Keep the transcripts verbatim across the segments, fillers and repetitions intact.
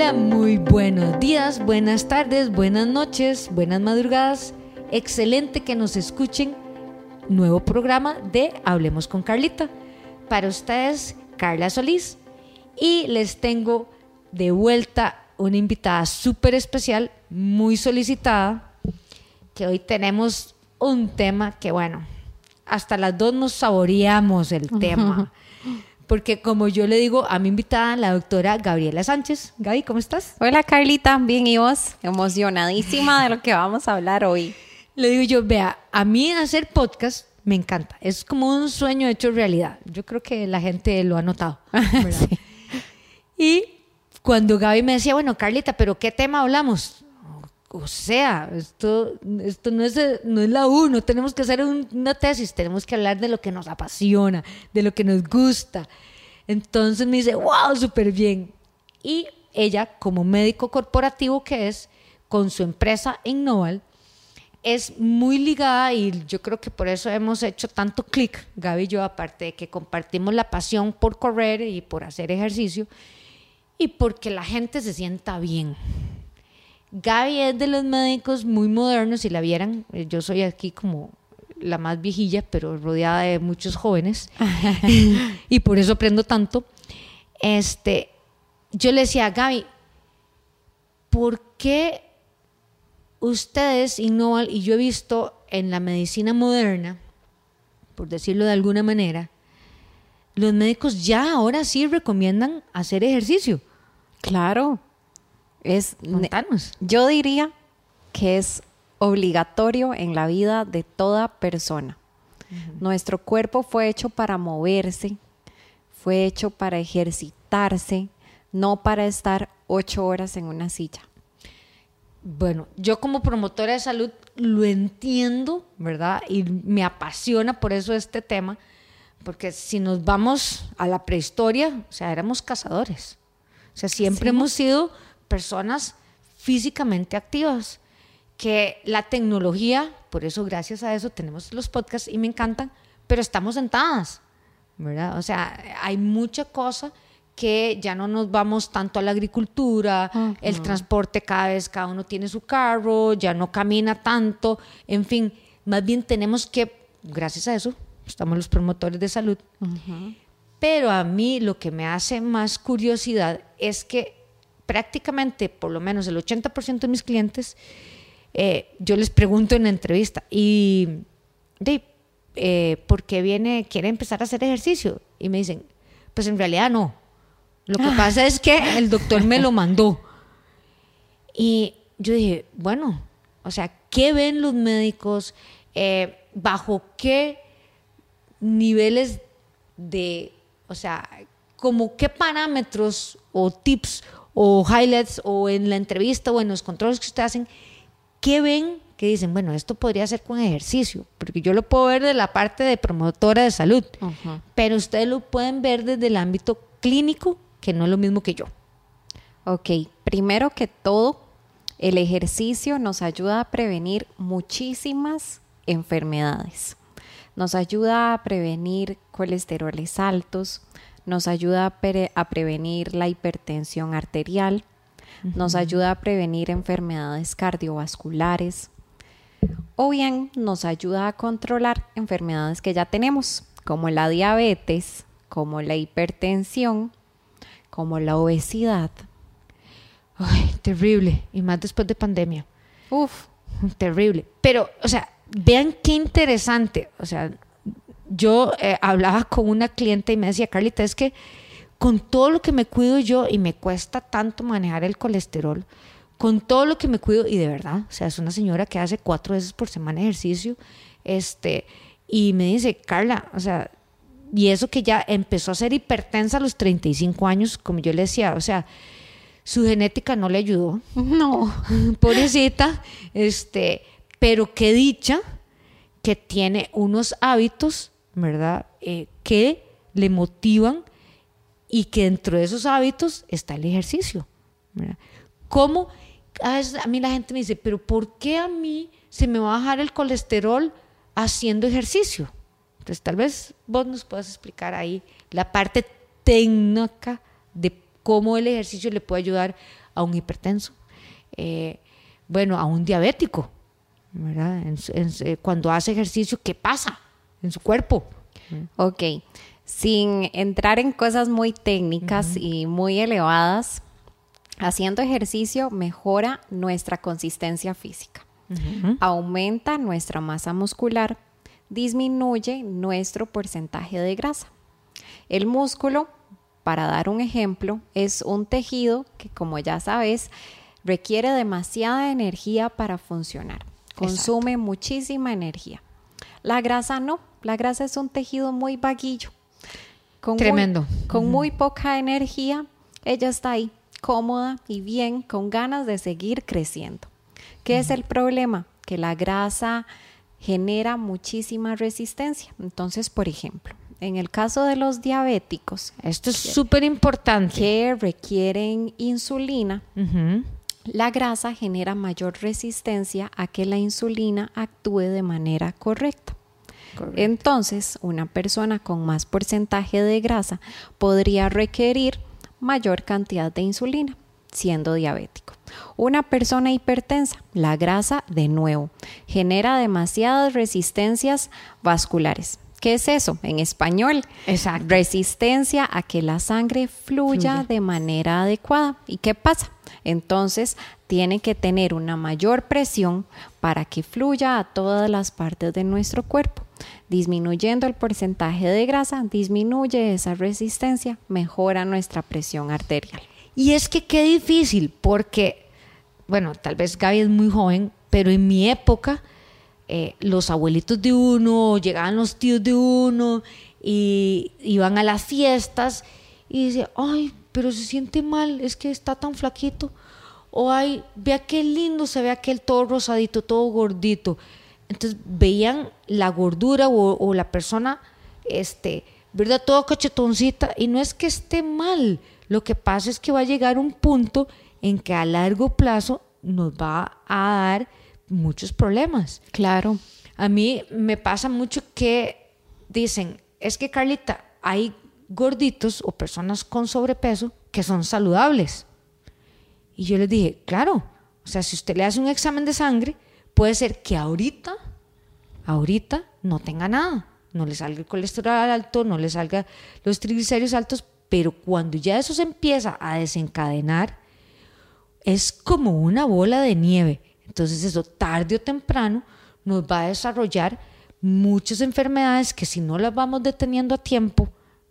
Hola, muy buenos días, buenas tardes, buenas noches, buenas madrugadas. Excelente que nos escuchen. Nuevo programa de Hablemos con Carlita. Para ustedes, Carla Solís. Y les tengo de vuelta una invitada súper especial, muy solicitada, que hoy tenemos un tema que, bueno, hasta las dos nos saboreamos el tema. Porque como yo le digo a mi invitada, la doctora Gabriela Sánchez. Gaby, ¿cómo estás? Hola Carlita, bien, ¿y vos? Emocionadísima de lo que vamos a hablar hoy. Le digo yo, vea, a mí hacer podcast me encanta. Es como un sueño hecho realidad. Yo creo que la gente lo ha notado, ¿verdad? Sí. Y cuando Gaby me decía, bueno, Carlita, ¿pero qué tema hablamos? O sea, esto, esto no, es, no es la U, no tenemos que hacer un, una tesis, tenemos que hablar de lo que nos apasiona, de lo que nos gusta. Entonces me dice, wow, súper bien. Y ella, como médico corporativo que es, con su empresa Innoval, es muy ligada, y yo creo que por eso hemos hecho tanto clic, Gaby y yo, aparte de que compartimos la pasión por correr y por hacer ejercicio, y porque la gente se sienta bien. Gaby es de los médicos muy modernos, si la vieran, yo soy aquí como la más viejilla, pero rodeada de muchos jóvenes, y por eso aprendo tanto. Este, yo le decía a Gaby, ¿por qué ustedes innovan? Y yo he visto en la medicina moderna, por decirlo de alguna manera, los médicos ya ahora sí recomiendan hacer ejercicio. Claro. Es, Contanos. Yo diría que es obligatorio en la vida de toda persona. Uh-huh. Nuestro cuerpo fue hecho para moverse, fue hecho para ejercitarse, no para estar ocho horas en una silla. Bueno, yo como promotora de salud lo entiendo, ¿verdad? Y me apasiona por eso este tema, porque si nos vamos a la prehistoria, o sea, éramos cazadores. O sea, siempre ¿Sí? hemos sido personas físicamente activas, que la tecnología, por eso gracias a eso tenemos los podcasts y me encantan, pero estamos sentadas, ¿verdad? O sea, hay mucha cosa que ya no nos vamos tanto a la agricultura, uh-huh. el transporte, cada vez cada uno tiene su carro, ya no camina tanto, en fin, más bien tenemos que, gracias a eso, estamos los promotores de salud, uh-huh. pero a mí lo que me hace más curiosidad es que prácticamente, por lo menos el ochenta por ciento de mis clientes, eh, yo les pregunto en la entrevista, ¿y de, eh, por qué viene, quiere empezar a hacer ejercicio? Y me dicen, pues en realidad no. Lo que ah. pasa es que el doctor me lo mandó. Y yo dije, bueno, o sea, ¿qué ven los médicos? Eh, ¿Bajo qué niveles de, o sea, como qué parámetros o tips o highlights o en la entrevista o en los controles que ustedes hacen, ¿qué ven que dicen, bueno, esto podría ser con ejercicio? Porque yo lo puedo ver de la parte de promotora de salud, uh-huh. pero ustedes lo pueden ver desde el ámbito clínico, que no es lo mismo que yo. Ok, primero que todo, el ejercicio nos ayuda a prevenir muchísimas enfermedades. Nos ayuda a prevenir colesteroles altos, nos ayuda a, pre- a prevenir la hipertensión arterial, uh-huh. nos ayuda a prevenir enfermedades cardiovasculares, o bien nos ayuda a controlar enfermedades que ya tenemos, como la diabetes, como la hipertensión, como la obesidad. Ay, terrible, y más después de pandemia. Uf, terrible. Pero, o sea, vean qué interesante, o sea, yo eh, hablaba con una cliente y me decía, Carlita, es que con todo lo que me cuido yo y me cuesta tanto manejar el colesterol, con todo lo que me cuido, y de verdad, o sea, es una señora que hace cuatro veces por semana ejercicio, este, y me dice, Carla, o sea, y eso que ya empezó a ser hipertensa a los treinta y cinco años, como yo le decía, o sea, su genética no le ayudó. No. Pobrecita, este, pero qué dicha que tiene unos hábitos, ¿verdad? Eh, que le motivan y que dentro de esos hábitos está el ejercicio, ¿verdad? ¿Cómo? A, veces a mí la gente me dice, pero ¿por qué a mí se me va a bajar el colesterol haciendo ejercicio? Entonces tal vez vos nos puedas explicar ahí la parte técnica de cómo el ejercicio le puede ayudar a a un hipertenso, eh, bueno, a un diabético, ¿verdad? En, en, cuando hace ejercicio, ¿qué pasa en su cuerpo? Ok, sin entrar en cosas muy técnicas uh-huh. y muy elevadas, haciendo ejercicio mejora nuestra consistencia física, uh-huh. aumenta nuestra masa muscular, disminuye nuestro porcentaje de grasa. El músculo, para dar un ejemplo, es un tejido que, como ya sabes, requiere demasiada energía para funcionar. Consume Exacto. muchísima energía. La grasa no, la grasa es un tejido muy vaguillo. Con Tremendo. Muy, con uh-huh. muy poca energía, ella está ahí, cómoda y bien, con ganas de seguir creciendo. ¿Qué uh-huh. es el problema? Que la grasa genera muchísima resistencia. Entonces, por ejemplo, en el caso de los diabéticos, esto es súper importante, que requieren insulina, uh-huh. la grasa genera mayor resistencia a que la insulina actúe de manera correcta. Correcto. Entonces, una persona con más porcentaje de grasa podría requerir mayor cantidad de insulina, siendo diabético. Una persona hipertensa, la grasa, de nuevo, genera demasiadas resistencias vasculares. ¿Qué es eso? En español, Exacto. resistencia a que la sangre fluya Fluye. de manera adecuada. ¿Y qué pasa? Entonces, tiene que tener una mayor presión para que fluya a todas las partes de nuestro cuerpo. Disminuyendo el porcentaje de grasa, disminuye esa resistencia, mejora nuestra presión arterial. Y es que qué difícil, porque, bueno, tal vez Gaby es muy joven, pero en mi época, eh, los abuelitos de uno, llegaban los tíos de uno, y iban a las fiestas, y dice, ay, pero se siente mal, es que está tan flaquito. O ay, vea qué lindo se ve aquel todo rosadito, todo gordito. Entonces veían la gordura o, o la persona, este, ¿verdad? Todo cachetoncita, y no es que esté mal. Lo que pasa es que va a llegar un punto en que a largo plazo nos va a dar muchos problemas. Claro. A mí me pasa mucho que dicen, es que Carlita, hay gorditos o personas con sobrepeso que son saludables. Y yo les dije, claro, o sea, si usted le hace un examen de sangre, puede ser que ahorita, ahorita no tenga nada. No le salga el colesterol alto, no le salga los triglicéridos altos, pero cuando ya eso se empieza a desencadenar, es como una bola de nieve. Entonces eso tarde o temprano nos va a desarrollar muchas enfermedades que si no las vamos deteniendo a tiempo,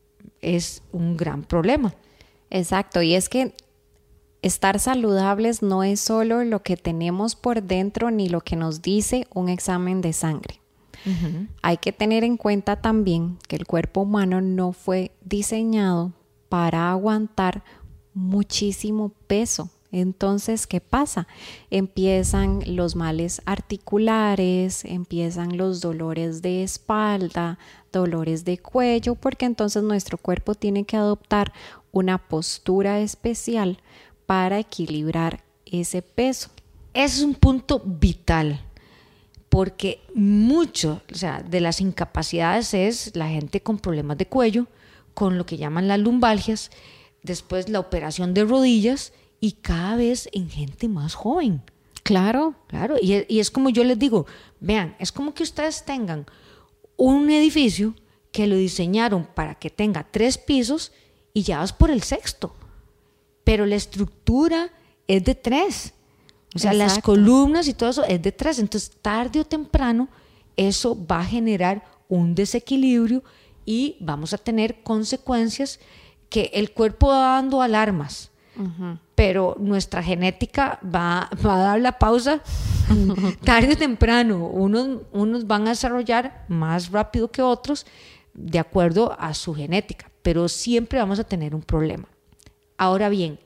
es un gran problema. Exacto, y es que estar saludables no es solo lo que tenemos por dentro ni lo que nos dice un examen de sangre. Uh-huh. Hay que tener en cuenta también que el cuerpo humano no fue diseñado para aguantar muchísimo peso. Entonces, ¿qué pasa? Empiezan los males articulares, empiezan los dolores de espalda, dolores de cuello, porque entonces nuestro cuerpo tiene que adoptar una postura especial para equilibrar ese peso. Ese es un punto vital, porque mucho, o sea, de las incapacidades es la gente con problemas de cuello, con lo que llaman las lumbalgias, después la operación de rodillas y cada vez en gente más joven. Claro. Claro, y, y es como yo les digo, vean, es como que ustedes tengan un edificio que lo diseñaron para que tenga tres pisos y ya vas por el sexto, pero la estructura es de tres. O sea, Exacto. Las columnas y todo eso es de tres. Entonces, tarde o temprano, eso va a generar un desequilibrio y vamos a tener consecuencias que el cuerpo va dando alarmas. Uh-huh. Pero nuestra genética va, va a dar la pausa tarde o temprano. Unos, unos van a desarrollar más rápido que otros de acuerdo a su genética, pero siempre vamos a tener un problema. Ahora bien,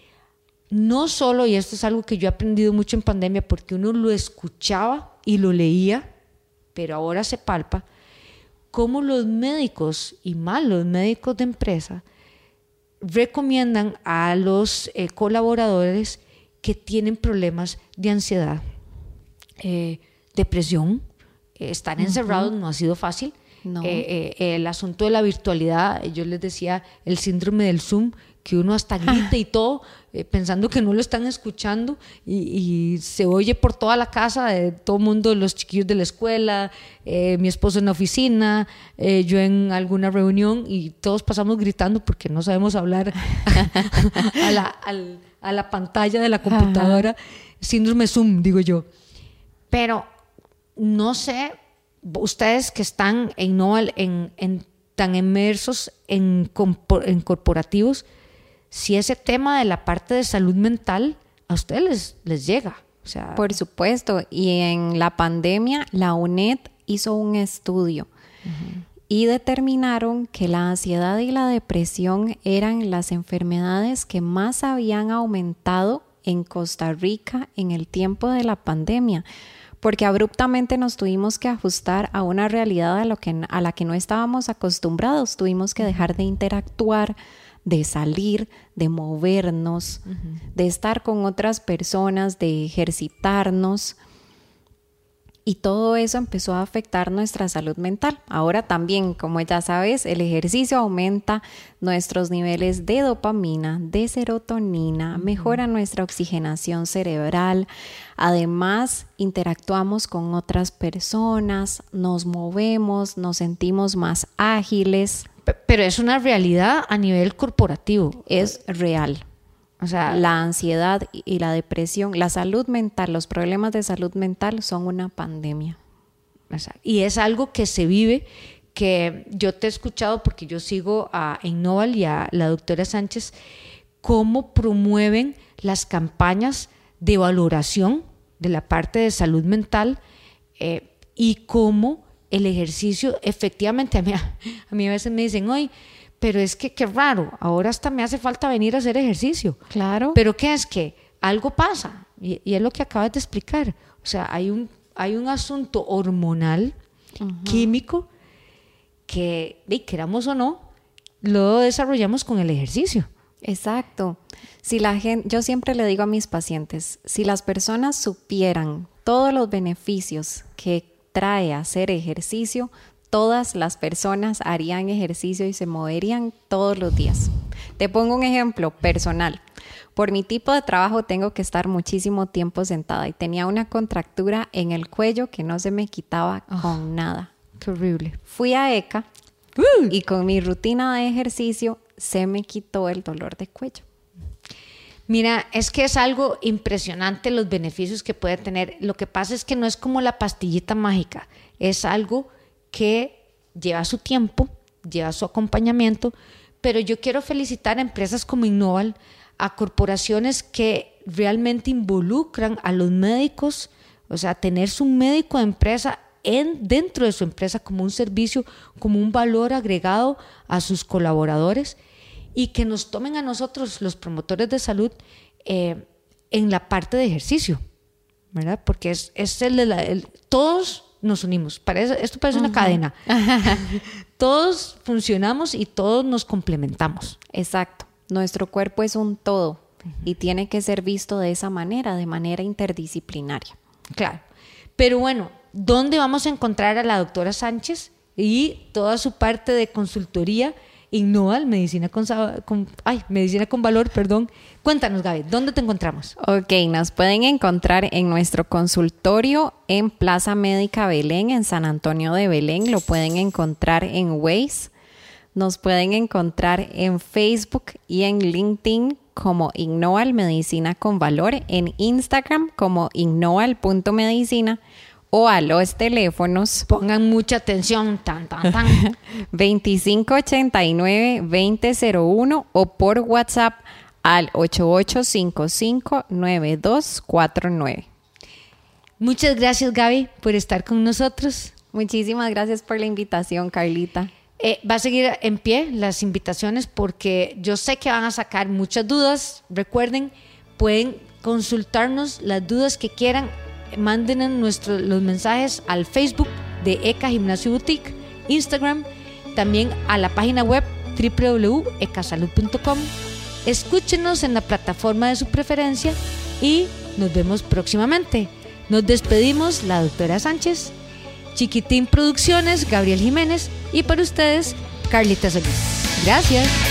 no solo, y esto es algo que yo he aprendido mucho en pandemia porque uno lo escuchaba y lo leía, pero ahora se palpa, cómo los médicos y más los médicos de empresa recomiendan a los eh, colaboradores que tienen problemas de ansiedad, eh, depresión, eh, estar encerrados uh-huh. no ha sido fácil, No. eh, eh, el asunto de la virtualidad. Yo les decía el síndrome del Zoom, que uno hasta grita y todo, eh, pensando que no lo están escuchando, y, y se oye por toda la casa, de todo el mundo, los chiquillos de la escuela, eh, mi esposo en la oficina, eh, yo en alguna reunión, y todos pasamos gritando porque no sabemos hablar a, la, al, a la pantalla de la computadora. Ajá. Síndrome Zoom, digo yo. Pero no sé, ustedes que están en Innoval, en, en, tan inmersos en, en corporativos, si ese tema de la parte de salud mental a ustedes les, les llega. O sea, por supuesto, y en la pandemia la U N E D hizo un estudio uh-huh. y determinaron que la ansiedad y la depresión eran las enfermedades que más habían aumentado en Costa Rica en el tiempo de la pandemia, porque abruptamente nos tuvimos que ajustar a una realidad a, lo que, a la que no estábamos acostumbrados. Tuvimos que dejar de interactuar, de salir, de movernos, uh-huh. de estar con otras personas, de ejercitarnos. Y todo eso empezó a afectar nuestra salud mental. Ahora también, como ya sabes, el ejercicio aumenta nuestros niveles de dopamina, de serotonina, uh-huh. mejora nuestra oxigenación cerebral. Además, interactuamos con otras personas, nos movemos, nos sentimos más ágiles. Pero es una realidad a nivel corporativo. Es real. O sea, la ansiedad y la depresión, la salud mental, los problemas de salud mental son una pandemia. Y es algo que se vive, que yo te he escuchado porque yo sigo a Innoval y a la doctora Sánchez, cómo promueven las campañas de valoración de la parte de salud mental eh, y cómo el ejercicio, efectivamente, a mí, a mí a veces me dicen, oye, pero es que qué raro, ahora hasta me hace falta venir a hacer ejercicio. Claro. Pero ¿qué es? Que algo pasa, y, y es lo que acabas de explicar. O sea, hay un, hay un asunto hormonal, uh-huh. químico, que, y queramos o no, lo desarrollamos con el ejercicio. Exacto. Si la gente, yo siempre le digo a mis pacientes, si las personas supieran todos los beneficios que trae hacer ejercicio, todas las personas harían ejercicio y se moverían todos los días. Te pongo un ejemplo personal. Por mi tipo de trabajo tengo que estar muchísimo tiempo sentada y tenía una contractura en el cuello que no se me quitaba oh, con nada. Qué horrible. Fui a E C A uh. y con mi rutina de ejercicio se me quitó el dolor de cuello. Mira, es que es algo impresionante los beneficios que puede tener. Lo que pasa es que no es como la pastillita mágica, es algo que lleva su tiempo, lleva su acompañamiento, pero yo quiero felicitar a empresas como Innoval, a corporaciones que realmente involucran a los médicos, o sea, tener su médico de empresa en, dentro de su empresa como un servicio, como un valor agregado a sus colaboradores, y que nos tomen a nosotros, los promotores de salud, eh, en la parte de ejercicio, ¿verdad? Porque es, es el de la, el, todos nos unimos. Parece, esto parece uh-huh. una cadena. Todos funcionamos y todos nos complementamos. Exacto. Nuestro cuerpo es un todo uh-huh. y tiene que ser visto de esa manera, de manera interdisciplinaria. Claro. Pero bueno, ¿dónde vamos a encontrar a la doctora Sánchez y toda su parte de consultoría? Innoval, medicina con, con, ay, medicina con valor, perdón. Cuéntanos, Gaby, ¿dónde te encontramos? Ok, nos pueden encontrar en nuestro consultorio en Plaza Médica Belén, en San Antonio de Belén. Lo pueden encontrar en Waze. Nos pueden encontrar en Facebook y en LinkedIn como Innoval Medicina con Valor, en Instagram como innoval punto medicina. O a los teléfonos. Pongan mucha atención. Tan, tan, tan. veinticinco ochenta y nueve, veinte cero uno o por WhatsApp al ocho ocho cinco cinco, nueve dos cuatro nueve. Muchas gracias, Gaby, por estar con nosotros. Muchísimas gracias por la invitación, Carlita. Eh, va a seguir en pie las invitaciones porque yo sé que van a sacar muchas dudas. Recuerden, pueden consultarnos las dudas que quieran. Mándenos nuestro, los mensajes al Facebook de E C A Gimnasio Boutique, Instagram, también a la página web doble u doble u doble u punto ecasalud punto com. Escúchenos en la plataforma de su preferencia y nos vemos próximamente. Nos despedimos, la doctora Sánchez. Chiquitín Producciones, Gabriel Jiménez, y para ustedes, Carlita Solís. Gracias.